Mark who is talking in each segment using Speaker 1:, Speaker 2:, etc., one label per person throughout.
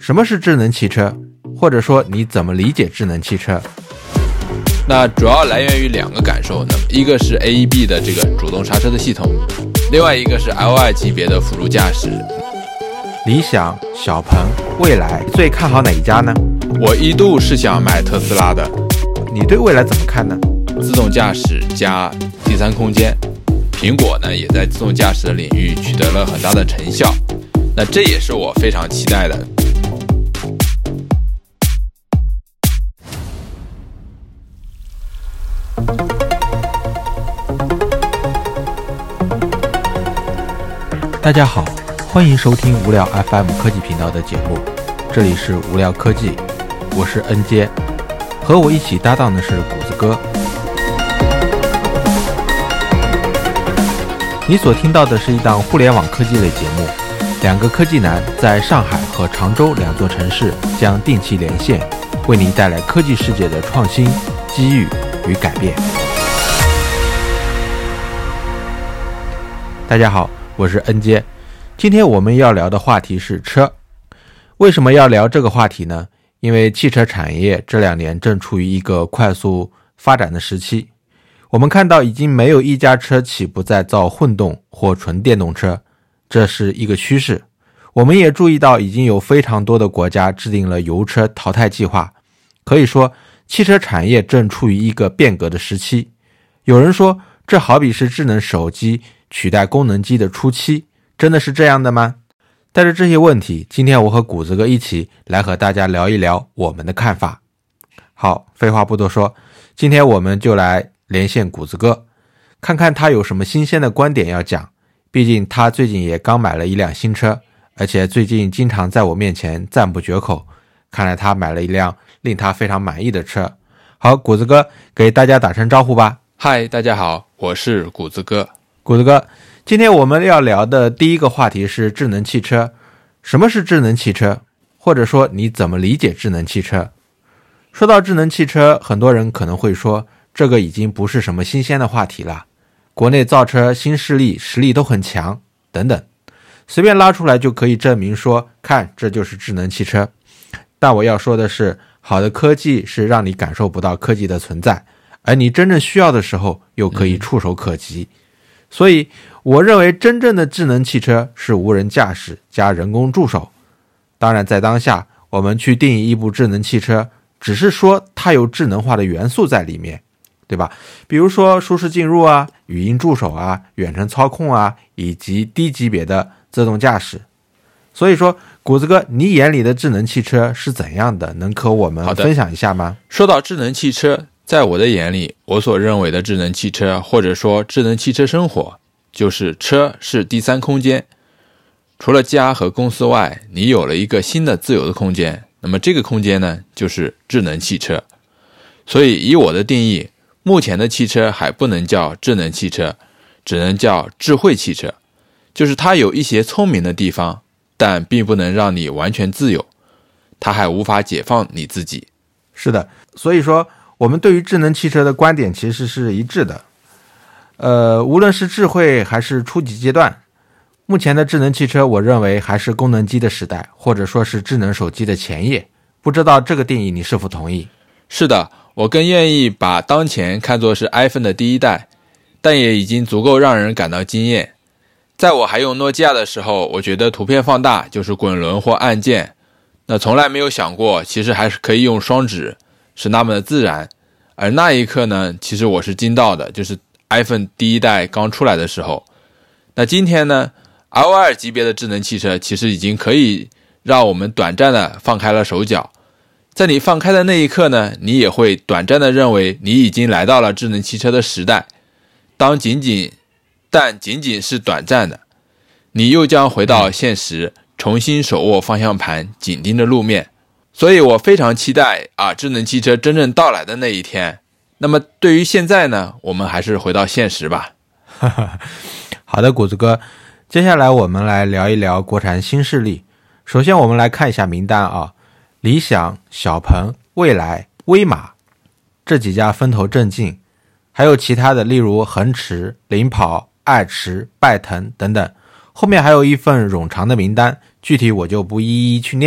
Speaker 1: 什么是智能汽车？或者说你怎么理解智能汽车？
Speaker 2: 那主要来源于两个感受，那么一个是 AEB 的这个主动刹车的系统，另外一个是 L2 级别的辅助驾驶。
Speaker 1: 理想、小鹏、蔚来最看好哪一家呢？
Speaker 2: 我一度是想买特斯拉的。
Speaker 1: 你对蔚来怎么看呢？
Speaker 2: 自动驾驶加第三空间，苹果呢也在自动驾驶的领域取得了很大的成效，那这也是我非常期待的。
Speaker 1: 大家好，欢迎收听无聊 FM 科技频道的节目，这里是无聊科技，我是恩杰，和我一起搭档的是谷子哥。你所听到的是一档互联网科技类节目，两个科技男在上海和常州两座城市将定期连线，为你带来科技世界的创新、机遇与改变。大家好，我是恩杰，今天我们要聊的话题是车。为什么要聊这个话题呢？因为汽车产业这2年正处于一个快速发展的时期，我们看到已经没有一家车企不再造混动或纯电动车，这是一个趋势。我们也注意到已经有非常多的国家制定了油车淘汰计划，可以说汽车产业正处于一个变革的时期。有人说这好比是智能手机取代功能机的初期，真的是这样的吗？带着这些问题，今天我和谷子哥一起来和大家聊一聊我们的看法。好，废话不多说，今天我们就来连线谷子哥，看看他有什么新鲜的观点要讲。毕竟他最近也刚买了一辆新车，而且最近经常在我面前赞不绝口，看来他买了一辆令他非常满意的车。好，谷子哥给大家打声招呼吧。
Speaker 2: 嗨，大家好，我是谷子哥。
Speaker 1: 谷子哥，今天我们要聊的第一个话题是智能汽车。什么是智能汽车？或者说你怎么理解智能汽车？说到智能汽车，很多人可能会说，这个已经不是什么新鲜的话题了，国内造车新势力实力都很强等等，随便拉出来就可以证明说，看，这就是智能汽车。但我要说的是，好的科技是让你感受不到科技的存在，而你真正需要的时候又可以触手可及。所以我认为真正的智能汽车是无人驾驶加人工助手。当然在当下，我们去定义一部智能汽车，只是说它有智能化的元素在里面，对吧？比如说舒适进入啊、语音助手啊、远程操控啊，以及低级别的自动驾驶。所以说谷子哥，你眼里的智能汽车是怎样的？能和我们分享一下吗？
Speaker 2: 说到智能汽车，在我的眼里，我所认为的智能汽车，或者说智能汽车生活，就是车是第三空间，除了家和公司外，你有了一个新的自由的空间，那么这个空间呢，就是智能汽车。所以以我的定义，目前的汽车还不能叫智能汽车，只能叫智慧汽车，就是它有一些聪明的地方，但并不能让你完全自由，它还无法解放你自己。
Speaker 1: 是的，所以说我们对于智能汽车的观点其实是一致的。无论是智慧还是初级阶段，目前的智能汽车我认为还是功能机的时代，或者说是智能手机的前夜。不知道这个定义你是否同意？
Speaker 2: 是的，我更愿意把当前看作是 iPhone 的第一代，但也已经足够让人感到惊艳。在我还用诺基亚的时候，我觉得图片放大就是滚轮或按键，那从来没有想过其实还是可以用双指，是那么的自然。而那一刻呢，其实我是惊到的，就是 iPhone 第一代刚出来的时候。那今天呢， L2 级别的智能汽车其实已经可以让我们短暂的放开了手脚。在你放开的那一刻呢，你也会短暂的认为你已经来到了智能汽车的时代，但仅仅是短暂的，你又将回到现实，重新手握方向盘，紧盯着路面。所以我非常期待智能汽车真正到来的那一天。那么对于现在呢，我们还是回到现实吧。
Speaker 1: 好的，谷子哥，接下来我们来聊一聊国产新势力。首先我们来看一下名单啊，理想、小鹏、蔚来、威马这几家风头正劲，还有其他的例如恒驰、领跑、爱驰、拜腾等等，后面还有一份冗长的名单，具体我就不一一去念了。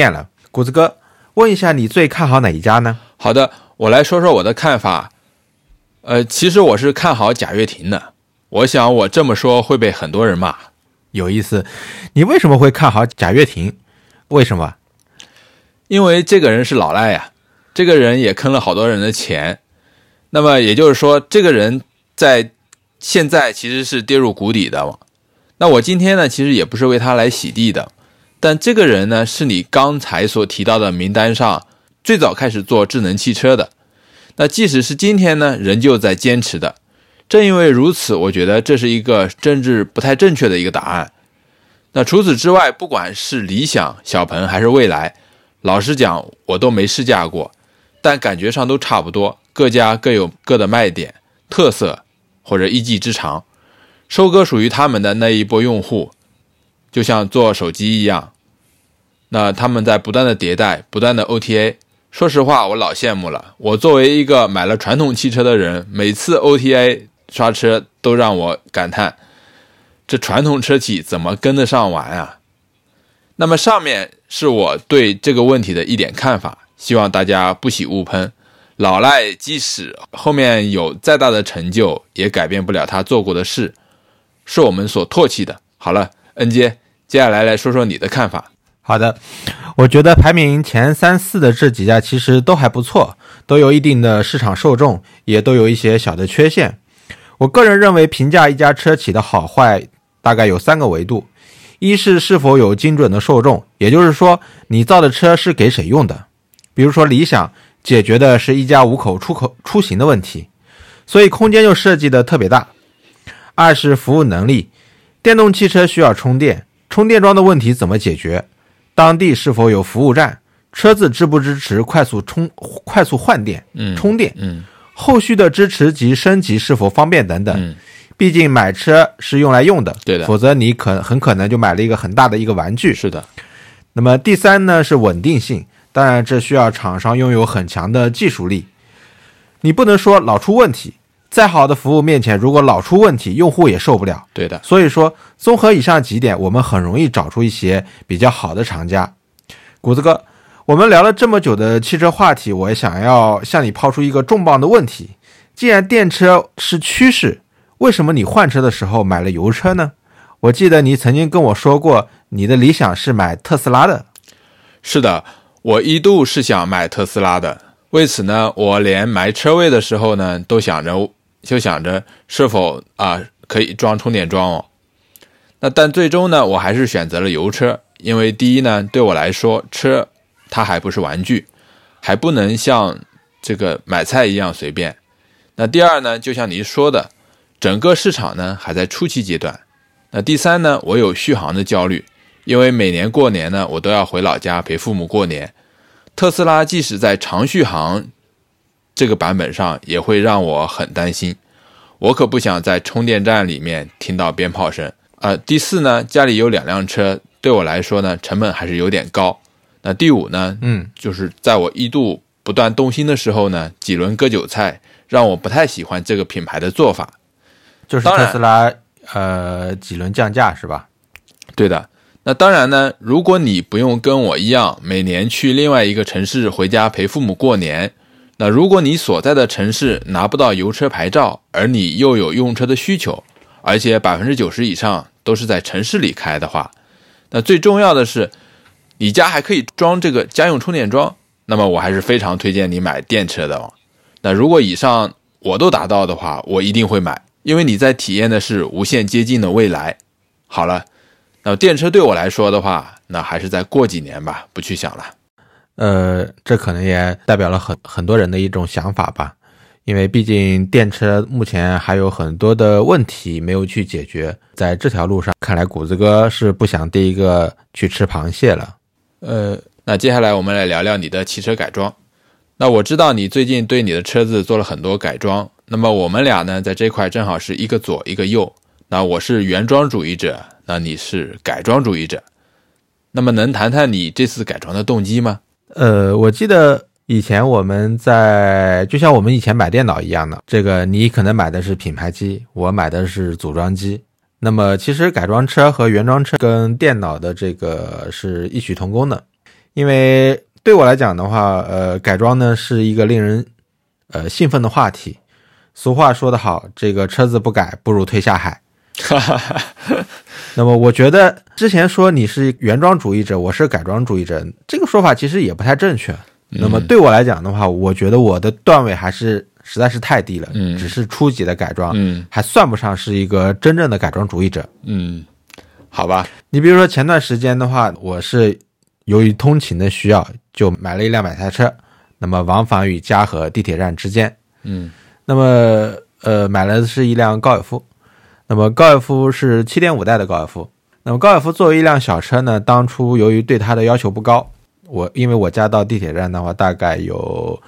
Speaker 1: 谷子哥，问一下你最看好哪一家呢？
Speaker 2: 好的，我来说说我的看法。其实我是看好贾跃亭的，我想我这么说会被很多人骂。
Speaker 1: 有意思，你为什么会看好贾跃亭？为什么？
Speaker 2: 因为这个人是老赖呀，这个人也坑了好多人的钱。那么也就是说，这个人在现在其实是跌入谷底的嘛。那我今天呢，其实也不是为他来洗地的，但这个人呢，是你刚才所提到的名单上最早开始做智能汽车的。那即使是今天呢，仍旧在坚持的。正因为如此，我觉得这是一个政治不太正确的一个答案。那除此之外，不管是理想、小鹏还是蔚来，老实讲我都没试驾过，但感觉上都差不多，各家各有各的卖点、特色或者一技之长，收割属于他们的那一波用户，就像做手机一样。那他们在不断的迭代，不断的 OTA。说实话，我老羡慕了。我作为一个买了传统汽车的人，每次 OTA 刷车都让我感叹，这传统车企怎么跟得上玩啊？那么上面是我对这个问题的一点看法，希望大家不喜勿喷。老赖即使后面有再大的成就，也改变不了他做过的事，是我们所唾弃的。好了，恩杰，接下来说说你的看法。
Speaker 1: 好的，我觉得排名前3、4的这几家其实都还不错，都有一定的市场受众，也都有一些小的缺陷。我个人认为评价一家车企的好坏大概有3个维度。一是否有精准的受众，也就是说你造的车是给谁用的。比如说理想解决的是一家五口出行的问题，所以空间就设计的特别大。2是服务能力，电动汽车需要充电，充电桩的问题怎么解决？当地是否有服务站？车子支不支持快速换电、充电？后续的支持及升级是否方便等等。毕竟买车是用来用的，
Speaker 2: 对的，
Speaker 1: 否则你很可能就买了一个很大的一个玩具。
Speaker 2: 是的。
Speaker 1: 那么第3呢是稳定性，当然这需要厂商拥有很强的技术力。你不能说老出问题，再好的服务面前，如果老出问题，用户也受不了。
Speaker 2: 对的。
Speaker 1: 所以说，综合以上几点，我们很容易找出一些比较好的厂家。谷子哥，我们聊了这么久的汽车话题，我也想要向你抛出一个重磅的问题：既然电车是趋势，为什么你换车的时候买了油车呢？我记得你曾经跟我说过，你的理想是买特斯拉的。
Speaker 2: 是的，我一度是想买特斯拉的。为此呢，我连买车位的时候呢，都想着是否可以装充电桩哦。但最终呢，我还是选择了油车，因为第一呢，对我来说，车它还不是玩具，还不能像这个买菜一样随便。那第二呢，就像您说的，整个市场呢还在初期阶段。那第3呢，我有续航的焦虑，因为每年过年呢，我都要回老家陪父母过年。特斯拉即使在长续航这个版本上，也会让我很担心。我可不想在充电站里面听到鞭炮声。第4呢，家里有2辆车，对我来说呢，成本还是有点高。那第5呢，就是在我一度不断动心的时候呢，几轮割韭菜，让我不太喜欢这个品牌的做法。
Speaker 1: 就是特斯拉几轮降价是吧？
Speaker 2: 对的。那当然呢，如果你不用跟我一样每年去另外一个城市回家陪父母过年，那如果你所在的城市拿不到油车牌照，而你又有用车的需求，而且90%以上都是在城市里开的话，那最重要的是你家还可以装这个家用充电桩，那么我还是非常推荐你买电车的。那如果以上我都达到的话，我一定会买，因为你在体验的是无限接近的未来。好了，那电车对我来说的话，那还是再过几年吧，不去想了。
Speaker 1: 这可能也代表了很多人的一种想法吧，因为毕竟电车目前还有很多的问题没有去解决，在这条路上，看来谷子哥是不想第一个去吃螃蟹了。
Speaker 2: 那接下来我们来聊聊你的汽车改装。那我知道你最近对你的车子做了很多改装，那么我们俩呢，在这块正好是一个左一个右。那我是原装主义者，那你是改装主义者。那么能谈谈你这次改装的动机吗？
Speaker 1: 我记得以前我们就像我们以前买电脑一样的，这个你可能买的是品牌机，我买的是组装机。那么其实改装车和原装车跟电脑的这个是异曲同工的， 因为对我来讲的话，改装呢是一个令人兴奋的话题。俗话说得好，这个车子不改不如推下海。那么我觉得之前说你是原装主义者，我是改装主义者，这个说法其实也不太正确。那么对我来讲的话，我觉得我的段位还是实在是太低了，只是初级的改装，还算不上是一个真正的改装主义者。
Speaker 2: 好吧。
Speaker 1: 你比如说前段时间的话，我是由于通勤的需要，就买了一辆买菜车，那么往返于家和地铁站之间。那么买了的是一辆高尔夫。那么高尔夫是 7.5 代的高尔夫。那么高尔夫作为一辆小车呢，当初由于对它的要求不高，因为我家到地铁站的话大概有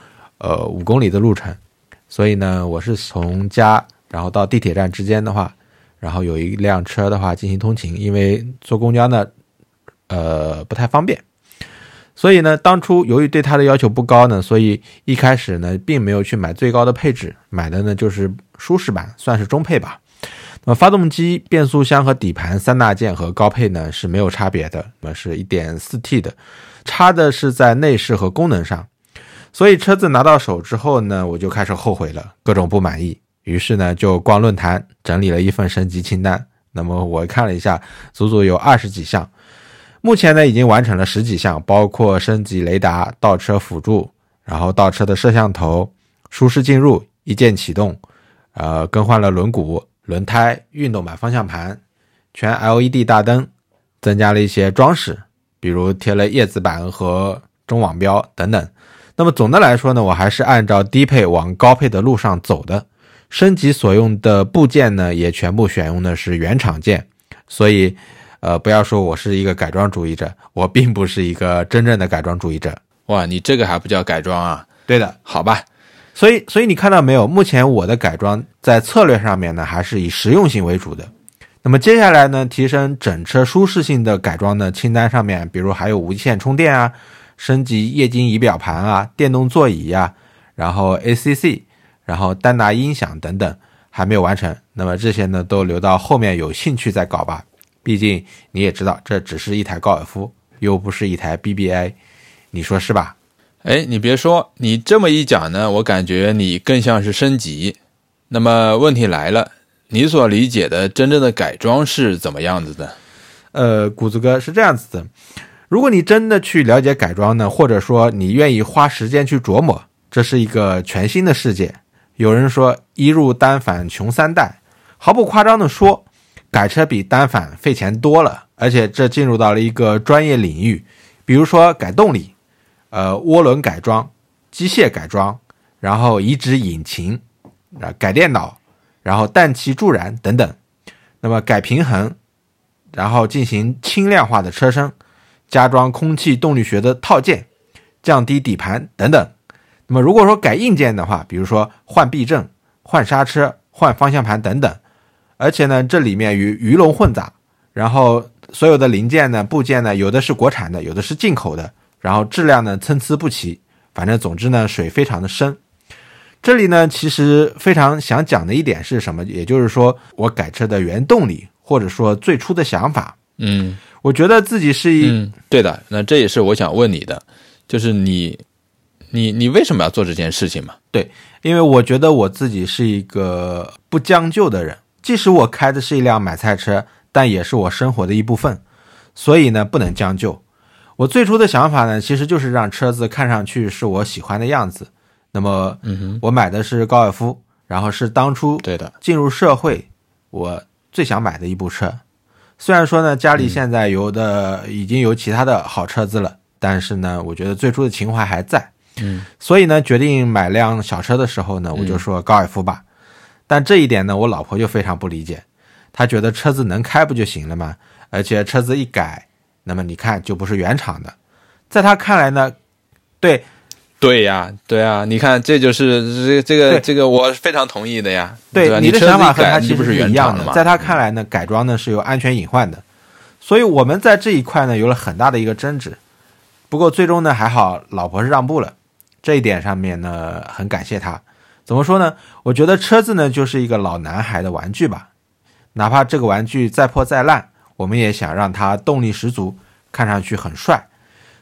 Speaker 1: 5公里的路程，所以呢我是从家然后到地铁站之间的话，然后有一辆车的话进行通勤，因为坐公交呢不太方便。所以呢当初由于对它的要求不高呢，所以一开始呢并没有去买最高的配置，买的呢就是舒适版，算是中配吧。那么发动机、变速箱和底盘三大件和高配呢是没有差别的，那么是 1.4T 的，差的是在内饰和功能上。所以车子拿到手之后呢，我就开始后悔了，各种不满意，于是呢就逛论坛整理了一份升级清单。那么我看了一下，足足有20几项，目前呢已经完成了10几项，包括升级雷达、倒车辅助，然后倒车的摄像头、舒适进入、一键启动，更换了轮毂、轮胎、运动版方向盘，全 LED 大灯，增加了一些装饰，比如贴了叶子板和中网标等等。那么总的来说呢，我还是按照低配往高配的路上走的。升级所用的部件呢，也全部选用的是原厂件。所以不要说我是一个改装主义者，我并不是一个真正的改装主义者。
Speaker 2: 哇，你这个还不叫改装啊？
Speaker 1: 对的，
Speaker 2: 好吧。
Speaker 1: 所以你看到没有，目前我的改装在策略上面呢还是以实用性为主的。那么接下来呢，提升整车舒适性的改装呢，清单上面比如还有无线充电啊，升级液晶仪表盘啊，电动座椅啊，然后 ACC， 然后丹拿音响等等还没有完成。那么这些呢都留到后面有兴趣再搞吧，毕竟你也知道这只是一台高尔夫，又不是一台 BBA， 你说是吧？
Speaker 2: 你别说，你这么一讲呢，我感觉你更像是升级。那么问题来了，你所理解的真正的改装是怎么样子的？
Speaker 1: 谷子哥是这样子的，如果你真的去了解改装呢，或者说你愿意花时间去琢磨，这是一个全新的世界。有人说一入单反穷3代，毫不夸张的说，改车比单反费钱多了，而且这进入到了一个专业领域，比如说改动力，涡轮改装、机械改装，然后移植引擎，改电脑，然后氮气助燃等等。那么改平衡，然后进行轻量化的车身，加装空气动力学的套件，降低底盘等等。那么如果说改硬件的话，比如说换避震、换刹车、换方向盘等等，而且呢这里面鱼龙混杂，然后所有的零件呢、部件呢，有的是国产的，有的是进口的，然后质量呢参差不齐，反正总之呢水非常的深。这里呢其实非常想讲的一点是什么，也就是说我改车的原动力，或者说最初的想法。我觉得自己是
Speaker 2: 对的。那这也是我想问你的，就是你为什么要做这件事情嘛？
Speaker 1: 对，因为我觉得我自己是一个不将就的人，即使我开的是一辆买菜车，但也是我生活的一部分，所以呢不能将就。我最初的想法呢，其实就是让车子看上去是我喜欢的样子。那么我买的是高尔夫，然后是当初
Speaker 2: 对的
Speaker 1: 进入社会我最想买的一部车。虽然说呢家里现在已经有其他的好车子了，但是呢我觉得最初的情怀还在。所以呢决定买辆小车的时候呢，我就说高尔夫吧。但这一点呢我老婆就非常不理解，她觉得车子能开不就行了吗？而且车子一改，那么你看就不是原厂的。在她看来呢，
Speaker 2: 对呀，你看这就是这个我非常同意的呀。
Speaker 1: 对，你的想法和他其实
Speaker 2: 是
Speaker 1: 一样的。在他看来呢，改装呢是有安全隐患的，所以我们在这一块呢有了很大的一个争执。不过最终呢还好，老婆是让步了，这一点上面呢很感谢他。怎么说呢？我觉得车子呢就是一个老男孩的玩具吧，哪怕这个玩具再破再烂，我们也想让它动力十足，看上去很帅。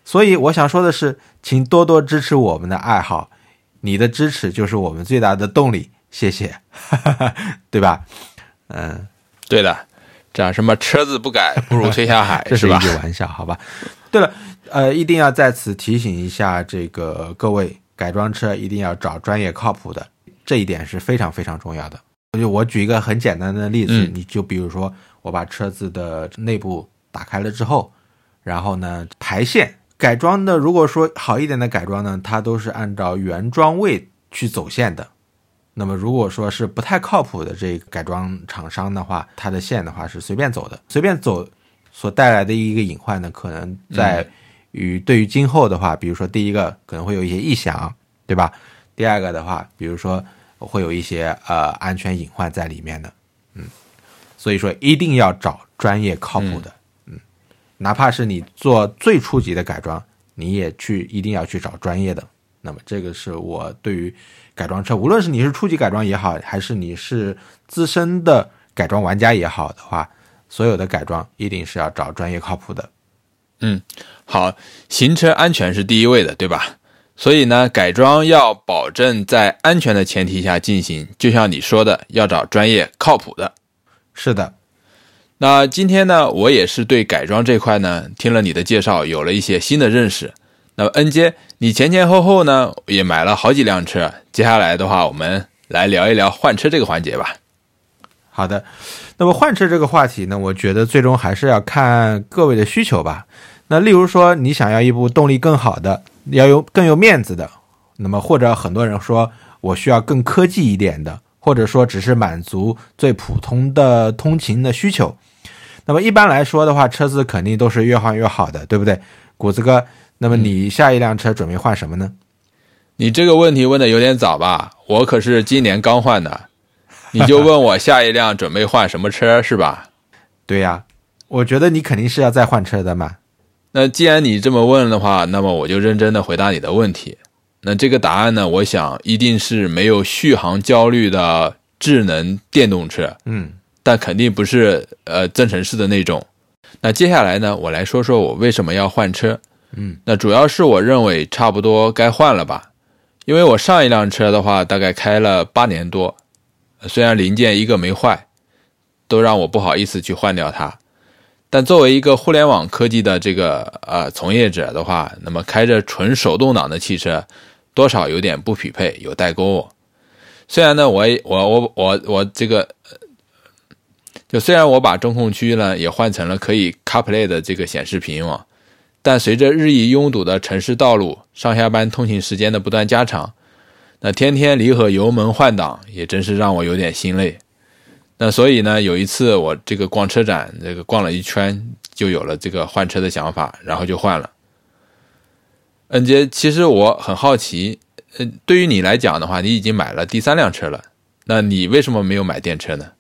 Speaker 1: 所以我想说的是，请多多支持我们的爱好，你的支持就是我们最大的动力，谢谢。对吧？
Speaker 2: 对的，这样什么车子不改不如推下海
Speaker 1: 这是
Speaker 2: 吧？
Speaker 1: 一句玩笑，好吧。对了，一定要在此提醒一下这个各位，改装车一定要找专业靠谱的，这一点是非常非常重要的。我举一个很简单的例子，你就比如说我把车子的内部打开了之后，然后呢排线改装的，如果说好一点的改装呢，它都是按照原装位去走线的。那么如果说是不太靠谱的这个改装厂商的话，它的线的话是随便走的，随便走所带来的一个隐患呢，可能在于对于今后的话，比如说第一个可能会有一些异响，对吧？第二个的话，比如说会有一些安全隐患在里面的，所以说一定要找专业靠谱的，哪怕是你做最初级的改装，你也一定要去找专业的。那么这个是我对于改装车，无论是你是初级改装也好，还是你是资深的改装玩家也好的话，所有的改装一定是要找专业靠谱的。
Speaker 2: 好，行车安全是第一位的，对吧？所以呢，改装要保证在安全的前提下进行，就像你说的，要找专业靠谱的。
Speaker 1: 是的。
Speaker 2: 那今天呢，我也是对改装这块呢，听了你的介绍，有了一些新的认识。那么恩杰，你前后呢也买了好几辆车，接下来的话，我们来聊一聊换车这个环节吧。
Speaker 1: 好的，那么换车这个话题呢，我觉得最终还是要看各位的需求吧。那例如说，你想要一部动力更好的，更有面子的，那么或者很多人说我需要更科技一点的，或者说只是满足最普通的通勤的需求。那么一般来说的话，车子肯定都是越换越好的，对不对？谷子哥，那么你下一辆车准备换什么呢？
Speaker 2: 你这个问题问的有点早吧？我可是今年刚换的，你就问我下一辆准备换什么车是吧？
Speaker 1: 对呀，我觉得你肯定是要再换车的嘛。
Speaker 2: 那既然你这么问的话，那么我就认真的回答你的问题。那这个答案呢，我想一定是没有续航焦虑的智能电动车。但肯定不是增程式的那种。那接下来呢，我来说说我为什么要换车。那主要是我认为差不多该换了吧。因为我上一辆车的话大概开了8年多，虽然零件一个没坏，都让我不好意思去换掉它。但作为一个互联网科技的这个从业者的话，那么开着纯手动挡的汽车多少有点不匹配，有代沟。虽然呢我这个就虽然我把中控区呢也换成了可以 CarPlay 的这个显示屏但随着日益拥堵的城市道路，上下班通勤时间的不断加长，那天天离合油门换挡也真是让我有点心累。那所以呢，有一次我这个逛车展，这个逛了一圈，就有了这个换车的想法，然后就换了。恩杰，其实我很好奇，对于你来讲的话，你已经买了第3辆车了，那你为什么没有买电车呢？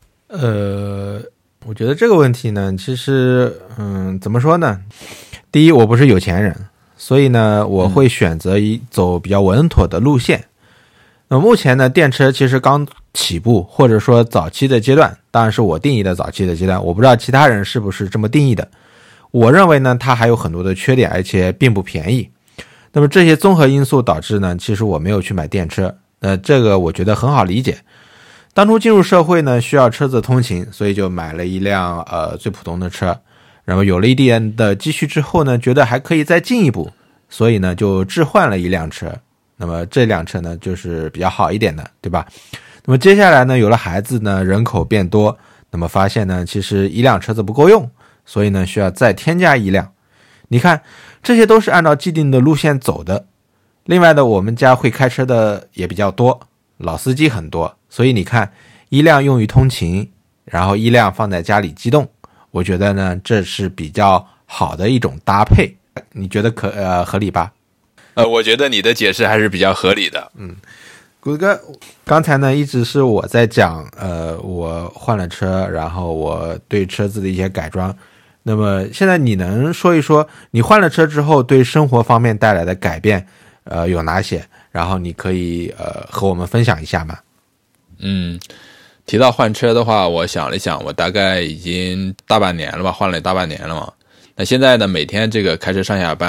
Speaker 1: 我觉得这个问题呢，其实怎么说呢？第一，我不是有钱人，所以呢，我会选择走比较稳妥的路线。那么目前呢，电车其实刚起步，或者说早期的阶段，当然是我定义的早期的阶段，我不知道其他人是不是这么定义的。我认为呢，它还有很多的缺点，而且并不便宜。那么这些综合因素导致呢，其实我没有去买电车。这个我觉得很好理解。当初进入社会呢，需要车子通勤，所以就买了一辆最普通的车。然后有了一点的积蓄之后呢，觉得还可以再进一步，所以呢就置换了一辆车。那么这辆车呢就是比较好一点的，对吧？那么接下来呢，有了孩子呢，人口变多，那么发现呢，其实一辆车子不够用，所以呢需要再添加一辆。你看，这些都是按照既定的路线走的。另外呢，我们家会开车的也比较多，老司机很多，所以你看，一辆用于通勤，然后一辆放在家里机动，我觉得呢这是比较好的一种搭配。你觉得合理吧？
Speaker 2: 我觉得你的解释还是比较合理的。
Speaker 1: 谷哥，刚才呢一直是我在讲我换了车，然后我对车子的一些改装。那么现在你能说一说你换了车之后对生活方面带来的改变有哪些？然后你可以和我们分享一下吗？
Speaker 2: 提到换车的话，我想了想，我大概已经大半年了吧，换了大半年了嘛。那现在呢，每天这个开车上下班，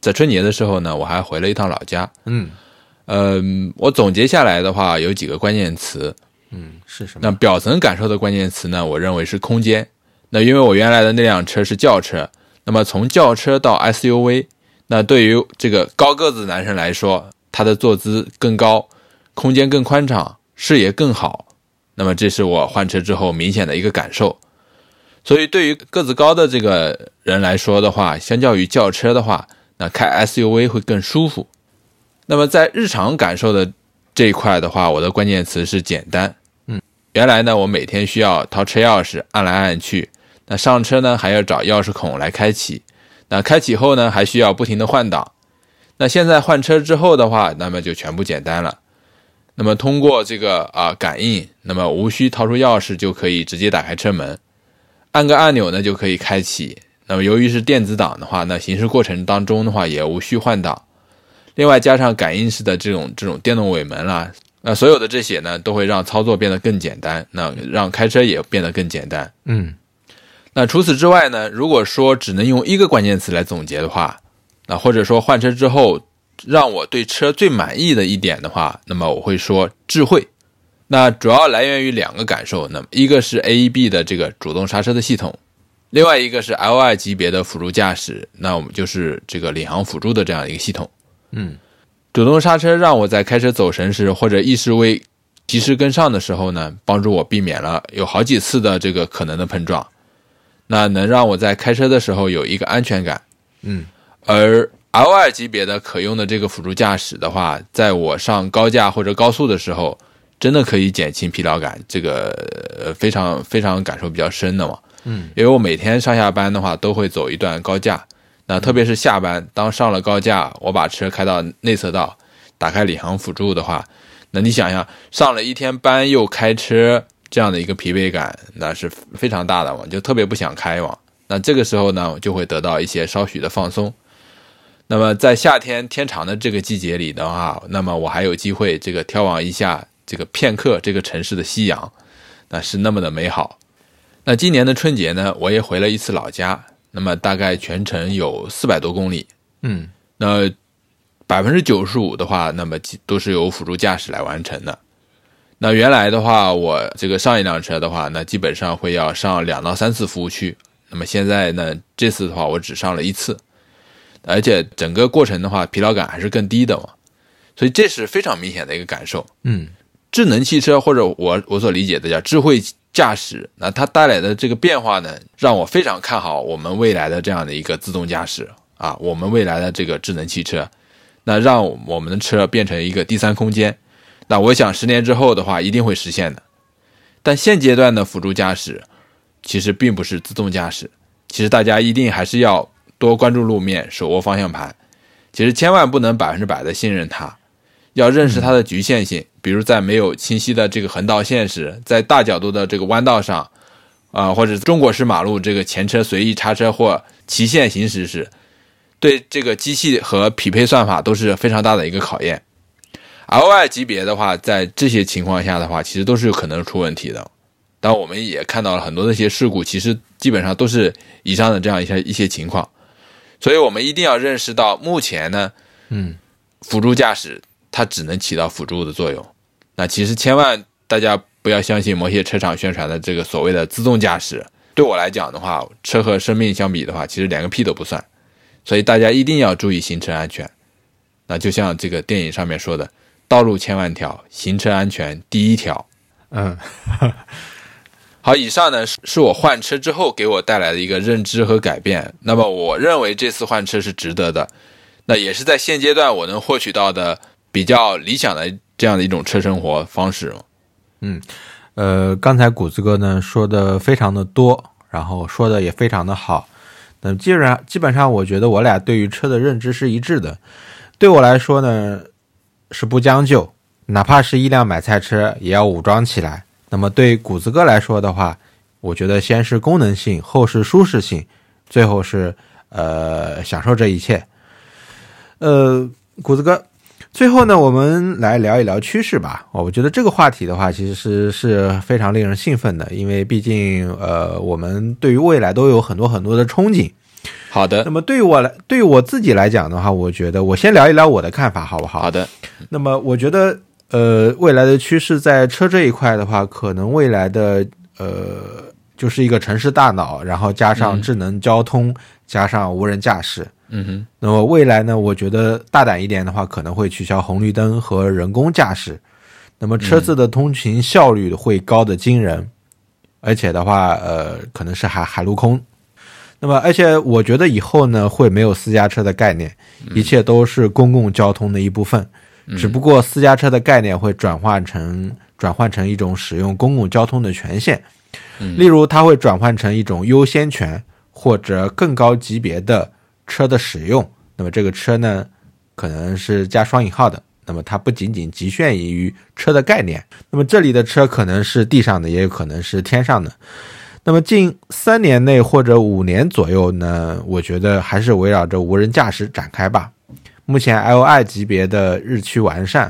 Speaker 2: 在春节的时候呢，我还回了一趟老家。我总结下来的话有几个关键词。
Speaker 1: 是什么？
Speaker 2: 那表层感受的关键词呢，我认为是空间。那因为我原来的那辆车是轿车，那么从轿车到 SUV， 那对于这个高个子男生来说，他的坐姿更高，空间更宽敞，视野更好。那么这是我换车之后明显的一个感受。所以对于个子高的这个人来说的话，相较于轿车的话，那开 SUV 会更舒服。那么在日常感受的这一块的话，我的关键词是简单。原来呢，我每天需要掏车钥匙按来按去，那上车呢还要找钥匙孔来开启，那开启后呢还需要不停的换挡。那现在换车之后的话，那么就全部简单了。那么通过这个感应，那么无需掏出钥匙就可以直接打开车门，按个按钮呢就可以开启。那么由于是电子档的话，那行驶过程当中的话也无需换挡。另外加上感应式的这种电动尾门啦，那所有的这些呢都会让操作变得更简单，那让开车也变得更简单。那除此之外呢，如果说只能用一个关键词来总结的话，那或者说换车之后让我对车最满意的一点的话，那么我会说智慧。那主要来源于两个感受，那么一个是 AEB 的这个主动刹车的系统，另外一个是 L2 级别的辅助驾驶，那我们就是这个领航辅助的这样一个系统。主动刹车让我在开车走神时或者意识未及时跟上的时候呢，帮助我避免了有好几次的这个可能的碰撞，那能让我在开车的时候有一个安全感。而 L2 级别的可用的这个辅助驾驶的话，在我上高架或者高速的时候真的可以减轻疲劳感，这个非常非常感受比较深的嘛。因为我每天上下班的话都会走一段高架，那特别是下班，当上了高架，我把车开到内侧道，打开领航辅助的话，那你想想上了一天班又开车，这样的一个疲惫感那是非常大的嘛，就特别不想开嘛。那这个时候呢，就会得到一些稍许的放松。那么在夏天天长的这个季节里的话，那么我还有机会这个眺望一下这个片刻这个城市的夕阳，那是那么的美好。那今年的春节呢，我也回了一次老家，那么大概全程有400多公里。那 95% 的话，那么都是由辅助驾驶来完成的。那原来的话，我这个上一辆车的话，那基本上会要上2到3次服务区。那么现在呢，这次的话我只上了1次，而且整个过程的话疲劳感还是更低的嘛，所以这是非常明显的一个感受。智能汽车或者我所理解的叫智慧驾驶，那它带来的这个变化呢，让我非常看好我们未来的这样的一个自动驾驶我们未来的这个智能汽车，那让我们的车变成一个第三空间，那我想10年之后的话一定会实现的。但现阶段的辅助驾驶其实并不是自动驾驶，其实大家一定还是要多关注路面，手握方向盘，其实千万不能100%的信任它，要认识它的局限性。比如在没有清晰的这个横道线时，在大角度的这个弯道上或者中国式马路这个前车随意插车或骑线行驶时，对这个机器和匹配算法都是非常大的一个考验。L2 级别的话，在这些情况下的话，其实都是有可能出问题的。但我们也看到了很多的一些事故，其实基本上都是以上的这样一些情况。所以我们一定要认识到，目前呢，辅助驾驶它只能起到辅助的作用。那其实千万大家不要相信某些车厂宣传的这个所谓的自动驾驶。对我来讲的话，车和生命相比的话，其实连个屁都不算。所以大家一定要注意行车安全。那就像这个电影上面说的，道路千万条，行车安全第一条。好，以上呢是我换车之后给我带来的一个认知和改变。那么我认为这次换车是值得的，那也是在现阶段我能获取到的比较理想的这样的一种车生活方式。
Speaker 1: 刚才谷子哥呢说的非常的多，然后说的也非常的好。那基本上我觉得我俩对于车的认知是一致的。对我来说呢是不将就，哪怕是一辆买菜车也要武装起来。那么对谷子哥来说的话，我觉得先是功能性，后是舒适性，最后是享受这一切。谷子哥，最后呢我们来聊一聊趋势吧。我觉得这个话题的话其实是非常令人兴奋的，因为毕竟我们对于未来都有很多很多的憧憬。
Speaker 2: 好的。
Speaker 1: 那么对于我自己来讲的话，我觉得我先聊一聊我的看法，好不好？
Speaker 2: 好的。
Speaker 1: 那么我觉得未来的趋势在车这一块的话，可能未来的就是一个城市大脑，然后加上智能交通，加上无人驾驶。那么未来呢，我觉得大胆一点的话，可能会取消红绿灯和人工驾驶。那么车子的通勤效率会高得惊人，而且的话可能是海陆空。那么而且我觉得以后呢会没有私家车的概念，一切都是公共交通的一部分，只不过私家车的概念会转换成一种使用公共交通的权限，例如它会转换成一种优先权或者更高级别的车的使用。那么这个车呢可能是加双引号的，那么它不仅仅局限于车的概念，那么这里的车可能是地上的，也有可能是天上的。那么近3年内或者5年左右呢，我觉得还是围绕着无人驾驶展开吧。目前 L2 级别的日趋完善，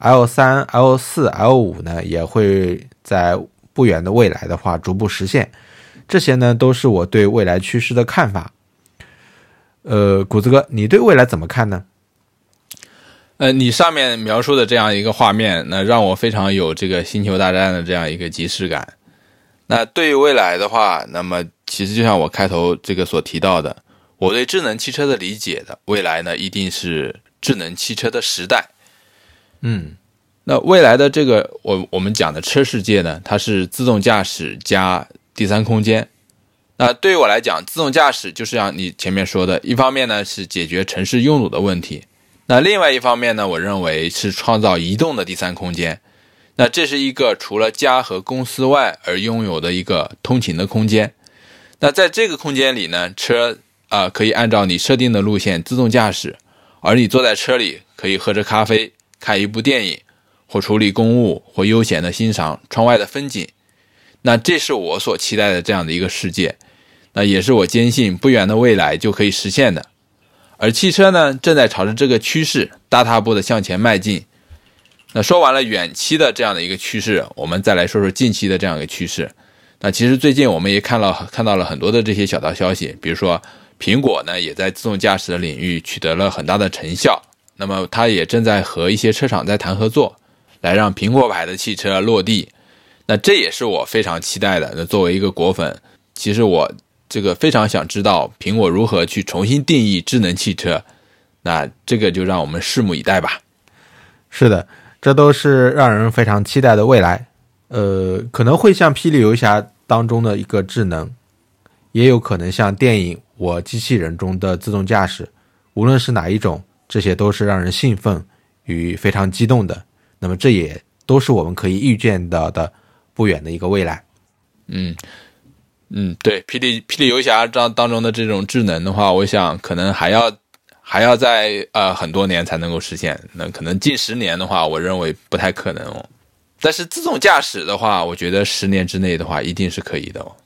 Speaker 1: L3 L4 L5 呢也会在不远的未来的话逐步实现。这些呢都是我对未来趋势的看法。谷子哥，你对未来怎么看呢？
Speaker 2: 你上面描述的这样一个画面，那让我非常有这个星球大战的这样一个即视感。那对于未来的话，那么其实就像我开头这个所提到的，我对智能汽车的理解的未来呢，一定是智能汽车的时代。那未来的这个我们讲的车世界呢，它是自动驾驶加第三空间。那对于我来讲，自动驾驶就是像你前面说的，一方面呢是解决城市拥堵的问题，那另外一方面呢，我认为是创造移动的第三空间。那这是一个除了家和公司外而拥有的一个通勤的空间。那在这个空间里呢，车可以按照你设定的路线自动驾驶，而你坐在车里可以喝着咖啡，看一部电影，或处理公务，或悠闲的欣赏窗外的风景。那这是我所期待的这样的一个世界，那也是我坚信不远的未来就可以实现的。而汽车呢，正在朝着这个趋势大踏步的向前迈进。那说完了远期的这样的一个趋势，我们再来说说近期的这样一个趋势。那其实最近我们也看到了很多的这些小道消息，比如说苹果呢也在自动驾驶的领域取得了很大的成效，那么它也正在和一些车厂在谈合作，来让苹果牌的汽车落地。那这也是我非常期待的。那作为一个果粉，其实我这个非常想知道苹果如何去重新定义智能汽车，那这个就让我们拭目以待吧。
Speaker 1: 是的，这都是让人非常期待的未来。可能会像霹雳游侠当中的一个智能，也有可能像电影我机器人中的自动驾驶，无论是哪一种，这些都是让人兴奋与非常激动的。那么这也都是我们可以预见到的不远的一个未来。
Speaker 2: 对，霹雳游侠当中的这种智能的话，我想可能还要在很多年才能够实现。那可能近10年的话，我认为不太可能哦。但是自动驾驶的话，我觉得10年之内的话，一定是可以的哦。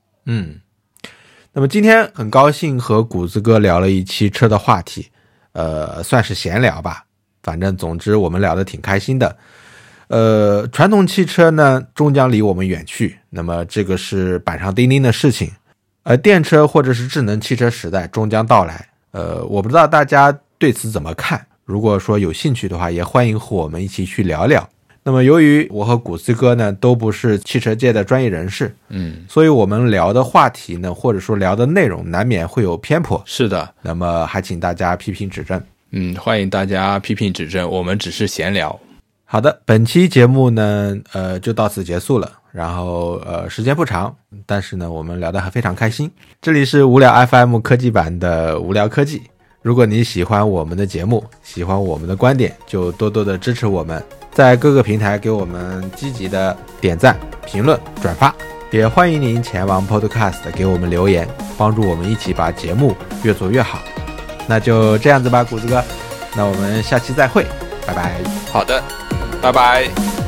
Speaker 1: 那么今天很高兴和谷子哥聊了一期车的话题，算是闲聊吧。反正总之我们聊得挺开心的。传统汽车呢终将离我们远去，那么这个是板上钉钉的事情。而电车或者是智能汽车时代终将到来。我不知道大家对此怎么看，如果说有兴趣的话，也欢迎和我们一起去聊聊。那么由于我和谷子哥呢都不是汽车界的专业人士，所以我们聊的话题呢，或者说聊的内容难免会有偏颇。
Speaker 2: 是的，
Speaker 1: 那么还请大家批评指正。
Speaker 2: 欢迎大家批评指正，我们只是闲聊。
Speaker 1: 好的，本期节目呢就到此结束了。然后时间不长，但是呢我们聊得还非常开心。这里是无聊 FM 科技版的无聊科技。如果你喜欢我们的节目，喜欢我们的观点，就多多的支持我们，在各个平台给我们积极的点赞、评论、转发。也欢迎您前往 Podcast 给我们留言，帮助我们一起把节目越做越好。那就这样子吧，谷子哥，那我们下期再会，拜拜。
Speaker 2: 好的，拜拜。